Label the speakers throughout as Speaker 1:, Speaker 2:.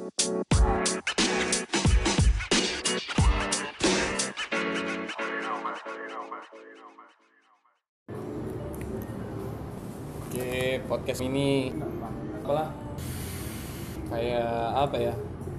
Speaker 1: Oke, podcast ini apalah kayak apa ya?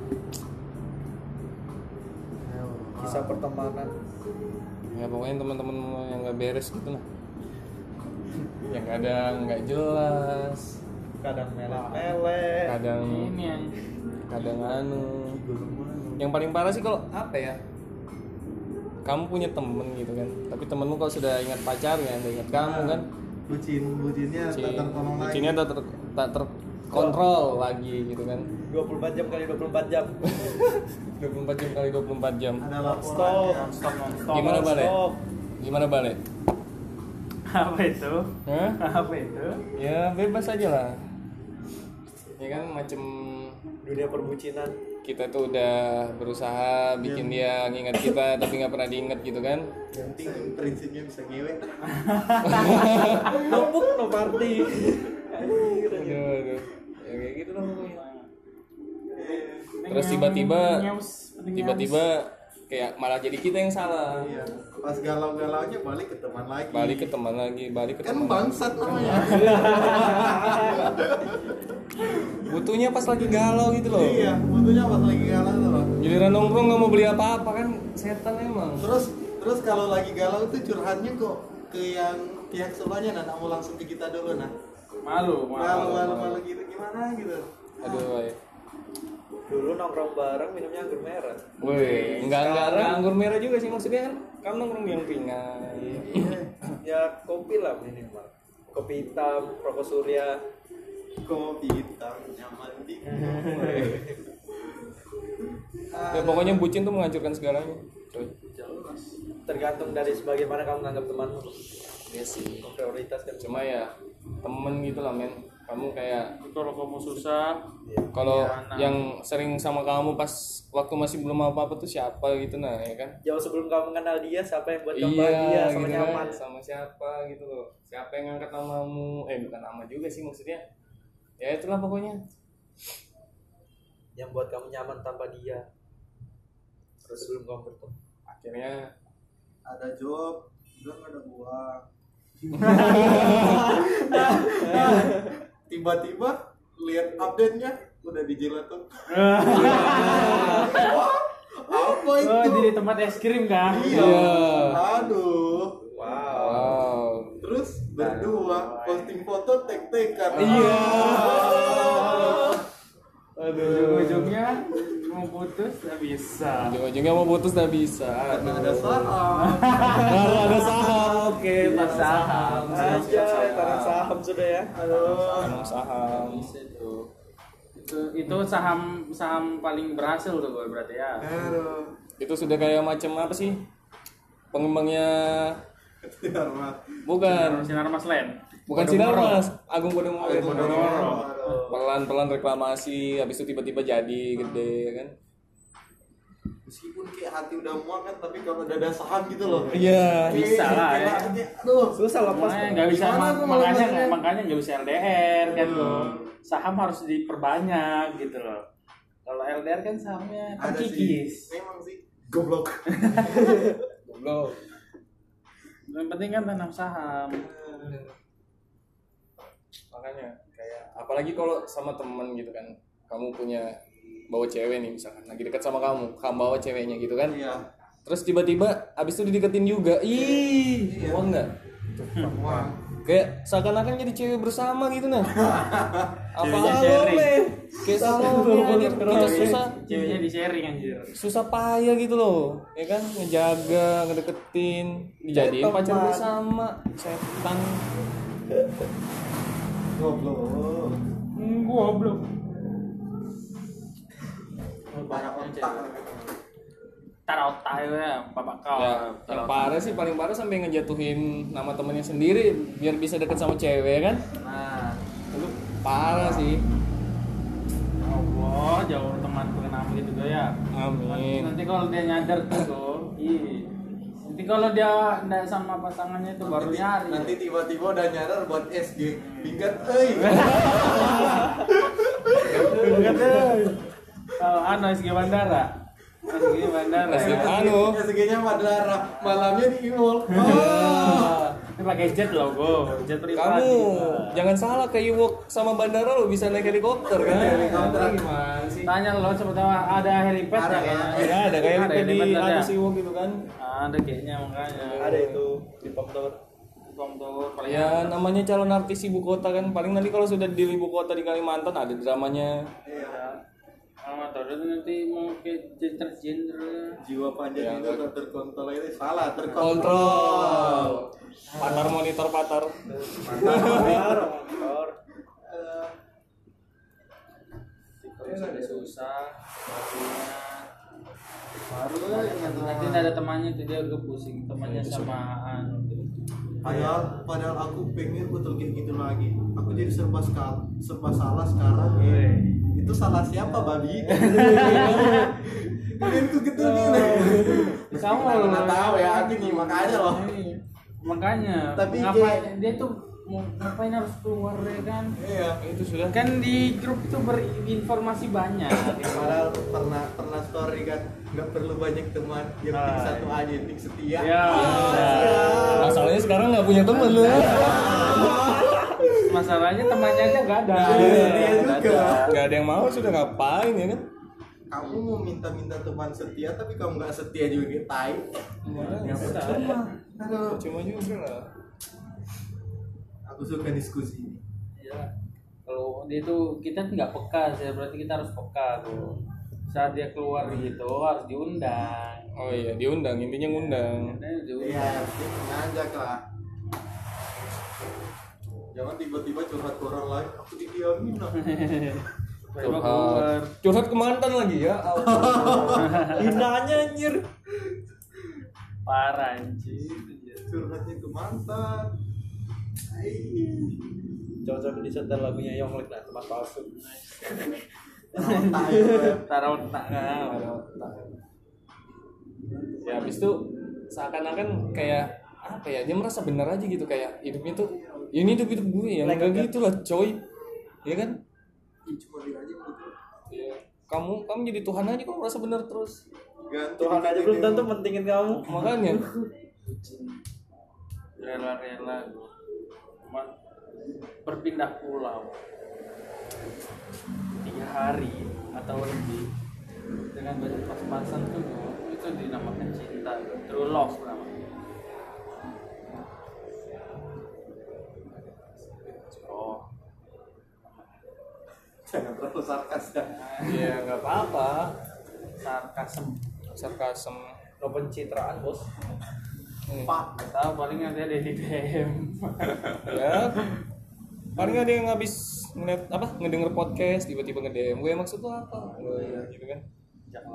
Speaker 2: Kisah pertemanan.
Speaker 1: Ya pokoknya teman-teman yang nggak beres gitu lah. Yang kadang nggak jelas,
Speaker 2: Kadang melet-melet.
Speaker 1: kadang anu. Yang paling parah sih kalau apa ya? Kamu punya temen gitu kan, tapi temenmu kalau sudah ingat pacarnya, udah ingat kamu kan,
Speaker 3: bucinnya tak tertolong lagi.
Speaker 1: bucinnya tak terkontrol lagi gitu kan.
Speaker 2: 24 jam kali 24 jam.
Speaker 1: 24 jam kali 24 jam.
Speaker 3: Ada
Speaker 2: Stop.
Speaker 3: laporannya.
Speaker 1: Gimana balik?
Speaker 4: Apa itu?
Speaker 1: Hah?
Speaker 4: Apa itu?
Speaker 1: Ya bebas aja lah. Ya kan macem
Speaker 2: Dunia perbucinan.
Speaker 1: kita tuh udah berusaha bikin dia nginget kita tapi nggak pernah diinget gitu kan.
Speaker 3: Yang penting prinsipnya bisa ngewe.
Speaker 2: Numpuk no party.
Speaker 1: Aduh. Ya kayak gitu lah pokoknya. Terus tiba-tiba kayak malah jadi kita yang salah.
Speaker 3: Iya. Pas galau-galaunya balik ke teman lagi.
Speaker 1: Balik ke teman.
Speaker 3: Kan bangsat namanya.
Speaker 1: Butuhnya pas lagi galau gitu loh.
Speaker 3: Iya, butuhnya pas lagi galau tuh loh.
Speaker 1: Giliran nongkrong nggak mau beli apa-apa kan setan emang.
Speaker 3: Terus kalau lagi galau tuh curhatnya kok ke yang pihak sebelahnya, nah mau langsung ke kita dulu nah.
Speaker 4: Malu.
Speaker 3: Malu gitu gimana gitu.
Speaker 1: Aduh, woy.
Speaker 2: Dulu nongkrong bareng minumnya anggur merah.
Speaker 1: Woi, enggak anggur merah juga sih maksudnya kan. Kamu nongkrong yang ringan.
Speaker 2: Ya kopi lah minimal. Kopi hitam, rokok surya.
Speaker 3: Kopi hitam nyaman di.
Speaker 1: Ya pokoknya bucin tuh menghancurkan segalanya. Coy.
Speaker 2: Tergantung dari sebagaimana kamu menganggap temanmu.
Speaker 1: Iya sih.
Speaker 2: Prioritas kan.
Speaker 1: Cuma ya temen gitu lah men. Kamu kayak
Speaker 4: Kalau kamu susah,
Speaker 1: kalau
Speaker 4: Iya,
Speaker 1: yang sering sama kamu pas waktu masih belum apa-apa tuh siapa gitu nah ya kan.
Speaker 2: Jauh sebelum kamu mengenal dia, siapa yang buat kamu
Speaker 1: Iya,
Speaker 2: bahagia sama
Speaker 1: gitu
Speaker 2: nyaman.
Speaker 1: kan. Sama siapa gitu loh. Siapa yang ngangkat namamu? Bukan nama juga sih maksudnya. Ya itulah pokoknya.
Speaker 2: Yang buat kamu nyaman tanpa dia. Terus sebelum kamu bertemu.
Speaker 1: Akhirnya
Speaker 3: Ada job, bilang ada uang. Tiba-tiba lihat update-nya udah dijilat tuh. Apa itu?
Speaker 4: oh di tempat es krim kan?
Speaker 3: Iya.
Speaker 1: Aduh. Wow.
Speaker 3: Terus berdua posting foto tek-tekan.
Speaker 1: Iya.
Speaker 4: Ujung-ujungnya mau putus nggak bisa.
Speaker 1: Ujung-ujungnya mau putus nggak bisa.
Speaker 3: Karena ada saham.
Speaker 1: Karena ada saham. Oke, pas saham.
Speaker 2: Aja, tanah saham sudah ya.
Speaker 1: Tanam saham.
Speaker 4: Itu saham paling berhasil tuh berarti ya.
Speaker 3: Aduh.
Speaker 1: Itu sudah kayak macam apa sih? Pengembangnya bukan
Speaker 4: Sinar Mas Len.
Speaker 1: bukan Sinarmas, Agung Podomoro.
Speaker 3: Podomoro.
Speaker 1: Pelan-pelan reklamasi, habis itu tiba-tiba jadi gede ya kan.
Speaker 3: Meskipun kayak hati udah muak kan, tapi kalau udah ada saham gitu loh.
Speaker 1: Iya.
Speaker 4: Bisa lah ya.
Speaker 3: Aduh,
Speaker 2: Susah lepas.
Speaker 4: Makanya nggak bisa
Speaker 3: Gimana tuh
Speaker 4: makanya nggak bisa LDR kan loh. Saham harus diperbanyak gitu loh. Kalau LDR kan sahamnya
Speaker 3: ada
Speaker 4: kikis.
Speaker 3: sih. Memang sih goblok.
Speaker 1: Goblok.
Speaker 4: Yang penting kan tanam saham.
Speaker 1: Makanya kayak apalagi kalau sama temen gitu kan, kamu punya bawa cewek nih misalkan lagi dekat sama kamu bawa ceweknya gitu kan,
Speaker 3: Iya.
Speaker 1: terus tiba-tiba abis itu dideketin juga,
Speaker 3: Iya.
Speaker 1: wah enggak,
Speaker 3: Wah.
Speaker 1: kayak seakan-akan jadi cewek bersama gitu nah. Apa
Speaker 4: Ceweknya
Speaker 1: lo
Speaker 4: sharing.
Speaker 1: men, kayak sama kita
Speaker 4: Ceweknya di sharing anjir.
Speaker 1: susah payah gitu loh, ya kan, ngejaga, ngedeketin, dijadiin pacar bersama, setan.
Speaker 3: Goblok.
Speaker 4: Goblok.
Speaker 3: Banyak otak.
Speaker 4: Tarotai ya, bapak kau.
Speaker 1: Ya, yang parah sih, paling parah sampai ngejatuhin nama temennya sendiri biar bisa deket sama cewek kan.
Speaker 4: Nah,
Speaker 1: Itu parah sih.
Speaker 4: ya Allah, jauh temanku kenapa gitu tuh ya.
Speaker 1: Amin.
Speaker 4: Nanti kalau dia nyadar tuh, nanti kalau dia nggak sama pasangannya itu baru nyari.
Speaker 3: Nanti tiba-tiba udah nyadar buat SG. Pinggat euy.
Speaker 4: anu SG Bandara. SG Bandara.
Speaker 1: SG anu.
Speaker 3: SG-nya Madara, malamnya di Iwol. Oh.
Speaker 4: Ini pakai jet logo, jet pribadi.
Speaker 1: Kamu jangan salah, ke Ewok sama bandara lo bisa naik helikopter kan?
Speaker 3: Helikopter.
Speaker 1: Gimana sih?
Speaker 4: Tanya lo coba tahu ada helipad
Speaker 3: Ada,
Speaker 4: ya?
Speaker 1: Ya ada kayak di
Speaker 4: ada.
Speaker 1: atas Ewok gitu kan?
Speaker 4: Ada kayaknya makanya.
Speaker 2: Ada itu di Pomtor.
Speaker 4: paling
Speaker 1: Ya namanya calon artis ibu kota kan, paling nanti kalau sudah di ibu kota di Kalimantan ada dramanya.
Speaker 3: Iya.
Speaker 4: amator itu nanti mau ke transgender.
Speaker 3: Jiwa panjang itu tak terkontrol itu salah, terkontrol.
Speaker 1: Kontrol. Patar monitor patar.
Speaker 2: Monitor.
Speaker 4: Ada susah,
Speaker 3: Baru
Speaker 4: nanti ada temannya itu dia udah pusing temannya samaan.
Speaker 3: Padahal aku pengen betul kayak gitu lagi. Aku jadi serba salah sekarang. Itu salah siapa, babi? Pengenku gitu nih.
Speaker 4: Kamu
Speaker 3: nggak tahu ya, aku nih makanya loh.
Speaker 4: Makanya.
Speaker 3: Tapi
Speaker 4: ngapain dia tuh ngapain harus keluar ya kan?
Speaker 3: Iya.
Speaker 1: Itu sudah.
Speaker 4: Kan di grup itu berinformasi banyak.
Speaker 3: Padahal pernah story kan, nggak perlu banyak teman, yang penting satu aja, yang penting setia.
Speaker 4: Ya.
Speaker 1: Masalahnya sekarang nggak punya teman lu.
Speaker 4: Masalahnya temannya aja nggak ada.
Speaker 3: Iya juga.
Speaker 1: Nggak ada yang mau, sudah ngapain ya kan?
Speaker 3: Kamu mau minta teman setia, tapi kamu nggak setia juga kayak tai.
Speaker 1: Ya
Speaker 3: Percuma. Aduh.
Speaker 1: Cuma juga lah.
Speaker 3: Aku suka diskusi ini.
Speaker 4: Ya. Kalau dia tuh kita nggak peka sih, berarti kita harus peka tuh. Saat dia keluar gitu harus diundang.
Speaker 1: Oh iya, diundang, intinya ngundang.
Speaker 3: Iya, ngajak lah. Jangan tiba-tiba curhat ke orang lain, aku didiamin lah.
Speaker 1: Curhat ke mantan lagi ya.
Speaker 2: Hinanya anjir.
Speaker 4: Parah anjir.
Speaker 3: Curhatnya ke mantan.
Speaker 2: Coba disetel lagunya Yonglek lah, teman palsu.
Speaker 4: Taruh otak kan.
Speaker 1: Ya habis itu seakan-akan kayak apa ya, dia merasa benar aja gitu, kayak hidupnya tuh ini hidup gue ya, enggak gitu lah coy, ya kan?
Speaker 3: Cuma dia aja gitu.
Speaker 1: Ya. Kamu jadi Tuhan aja kalau merasa benar terus.
Speaker 2: Tuhan aja belum tentu pentingin kamu.
Speaker 1: Makanya
Speaker 4: Rela-rela cuma berpindah pulau 3 hari atau lebih dengan baju pas-pasan tuh itu dinamakan cinta, true love namanya. Oh,
Speaker 3: Jangan terlalu sarkas ya.
Speaker 1: ya nggak apa-apa,
Speaker 4: sarkasem.
Speaker 2: Lo pencitraan bos.
Speaker 3: Pak,
Speaker 4: Nggak tahu paling ada di DM.
Speaker 1: Ya paling ada yang habis ngeliat apa, ngedenger podcast tiba-tiba nge-DM gue, maksud tuh apa? Oh, iya, gitu kan.
Speaker 4: Jak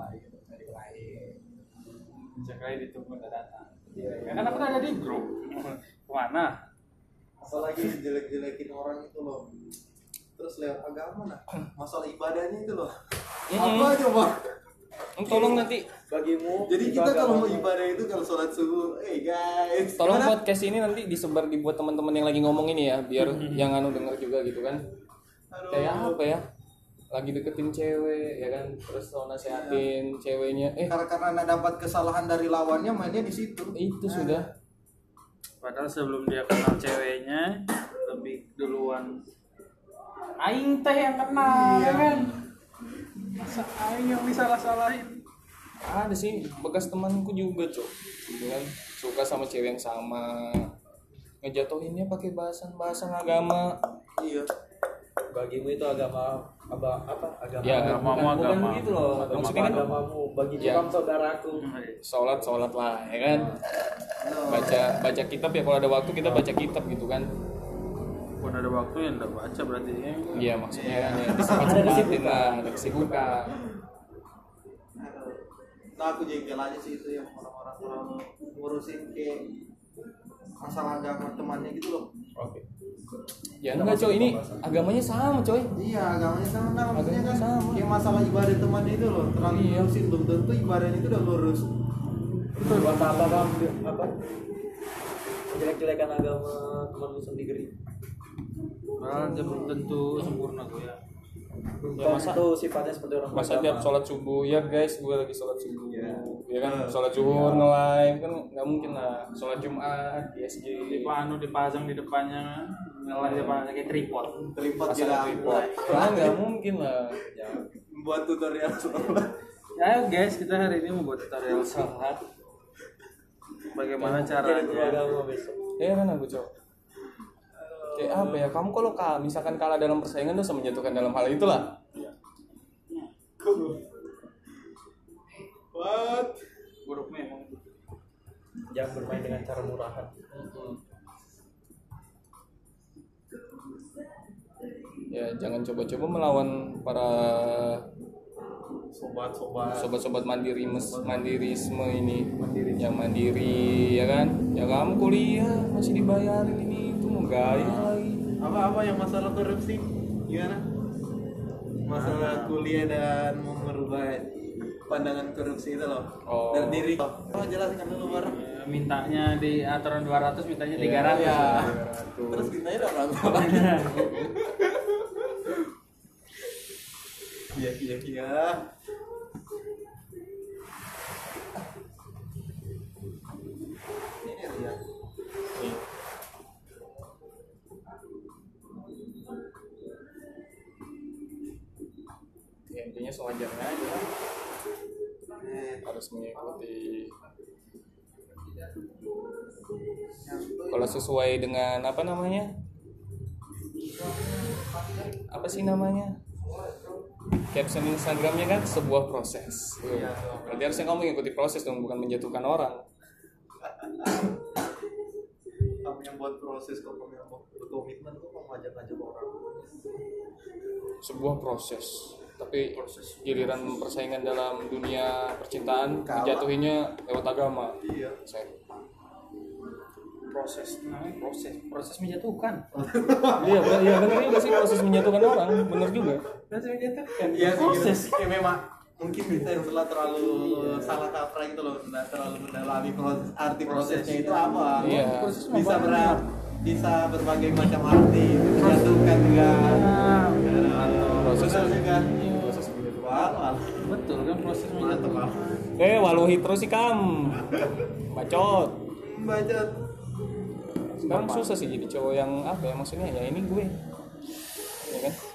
Speaker 4: lain ditunggu nggak datang. Kan aku ada di grup. Kemana?
Speaker 3: apalagi jelek-jelekin orang itu loh. Terus lewat agama nah, masalah ibadahnya itu loh. Apa coba?
Speaker 1: Tolong nanti
Speaker 2: Bagimu.
Speaker 3: Jadi kita kalau mau ibadah itu kalau sholat subuh, guys.
Speaker 1: tolong
Speaker 3: gimana?
Speaker 1: podcast ini nanti disebar dibuat teman-teman yang lagi ngomong ini ya, biar yang anu denger juga gitu kan.
Speaker 3: Aduh.
Speaker 1: Kayak apa ya, lagi deketin cewek ya kan, terus mau nasehatin ceweknya,
Speaker 3: Karena nak dapat kesalahan dari lawannya, mainnya di situ.
Speaker 1: itu sudah.
Speaker 4: Padahal sebelum dia kenal ceweknya lebih duluan aing teh yang kenal kan. Masa aing yang disalah-salahin.
Speaker 1: Ada sih bekas temanku juga cok, gitu kan, suka sama cewek yang sama, ngejatuhinnya pakai bahasan agama.
Speaker 3: Iya.
Speaker 2: Bagimu itu agama apa? Agama.
Speaker 1: Ya,
Speaker 4: Agamamu,
Speaker 1: bukan
Speaker 4: agama.
Speaker 1: begitu loh, maksudnya kan
Speaker 2: Agamamu. Bagimu
Speaker 1: Ya.
Speaker 2: kamu saudaraku.
Speaker 1: sholat lah ya kan, baca kitab ya, kalau ada waktu kita baca kitab gitu kan.
Speaker 4: Pun ada waktu yang enggak baca berarti ya.
Speaker 1: Iya maksudnya kan ya, disempatin lah, ada kesibukan.
Speaker 3: Nah aku jengkel aja sih itu yang orang-orang ngurusin kayak masalah agama temannya gitu loh.
Speaker 1: Oke. Ya enggak coy, ini agamanya sama coy.
Speaker 3: Iya, agamanya sama, nah, maksudnya kan
Speaker 1: Agamanya sama.
Speaker 3: kayak masalah ibadah temannya itu loh, terlalu
Speaker 1: Iya.
Speaker 3: ngurusin, belum tentu ibadahnya itu udah lurus.
Speaker 2: Buat apa kamu? Apa? Jelek-jelekan agama temanmu sendiri.
Speaker 4: Padahal dia belum tentu sempurna tuh ya.
Speaker 1: Ya, masa
Speaker 2: itu sifatnya seperti orang
Speaker 1: masa
Speaker 2: beragama.
Speaker 1: tiap sholat subuh ya guys, gue lagi sholat subuh ya kan, sholat
Speaker 3: Iya.
Speaker 1: zuhur nge-live kan nggak mungkin lah, sholat Jumat di SG
Speaker 4: dipasang di depannya ngelar depan kayak tripod.
Speaker 3: Tripod
Speaker 1: pasang
Speaker 3: juga
Speaker 1: tripod, nggak mungkin lah.
Speaker 3: buat tutorial sholat.
Speaker 4: Ya guys, kita hari ini membuat tutorial sholat. Bagaimana
Speaker 2: Jadi
Speaker 4: caranya?
Speaker 2: beragama besok.
Speaker 1: Ya kan aku cowok. Kayak apa ya? Kamu kalau misalkan kalah dalam persaingan dosa menjatuhkan dalam hal itulah.
Speaker 3: What?
Speaker 4: Buruk memang.
Speaker 2: Jangan bermain dengan cara murahan.
Speaker 1: Ya jangan coba-coba melawan para sobat-sobat mandirisme ini, yang mandiri ya kan. Ya kamu kuliah masih dibayarin ini itu mau gaya lagi.
Speaker 3: Apa yang masalah korupsi? Gimana? Masalah kuliah dan mau merubah pandangan korupsi itu loh.
Speaker 1: Oh.
Speaker 3: Dari diri. Oh, jelaskan dulu bareng.
Speaker 4: Mintanya di aturan 200, mintanya 300.
Speaker 3: Ya.
Speaker 1: 300.
Speaker 3: Terus kita udah berapa? Iya. Ini dia.
Speaker 1: Ya, intinya sewajarnya aja harus mengikuti. Kalau sesuai dengan apa namanya, apa sih namanya, caption Instagramnya kan sebuah proses.
Speaker 3: Iya.
Speaker 1: Berarti harusnya kamu mengikuti proses dong, bukan menjatuhkan orang.
Speaker 3: Kamu yang buat proses, kamu yang buat berkomitmen tuh kamu ajak-ajak orang.
Speaker 1: Sebuah proses, tapi giliran persaingan dalam dunia percintaan dijatuhinya lewat agama.
Speaker 3: Iya.
Speaker 4: Proses menjatuhkan.
Speaker 1: Iya benar juga sih, proses menjatuhkan orang, benar juga.
Speaker 4: Proses menjatuhkan.
Speaker 3: Iya sih,
Speaker 4: proses.
Speaker 3: Ya memang mungkin kita yang telah terlalu salah kaprah gitu loh, tidak terlalu mendalami proses, arti prosesnya itu apa.
Speaker 1: Iya.
Speaker 3: Bisa berbagai macam arti, menjatuhkan juga.
Speaker 1: Proses
Speaker 3: juga.
Speaker 1: proses menjatuhkan.
Speaker 3: Wah,
Speaker 4: Betul kan, proses
Speaker 3: mantap
Speaker 4: menjatuhkan.
Speaker 1: Waluhi terus sih kam, bacot.
Speaker 3: Baca.
Speaker 1: Sekarang susah sih jadi cowok yang apa ya, maksudnya ya ini gue, ya kan?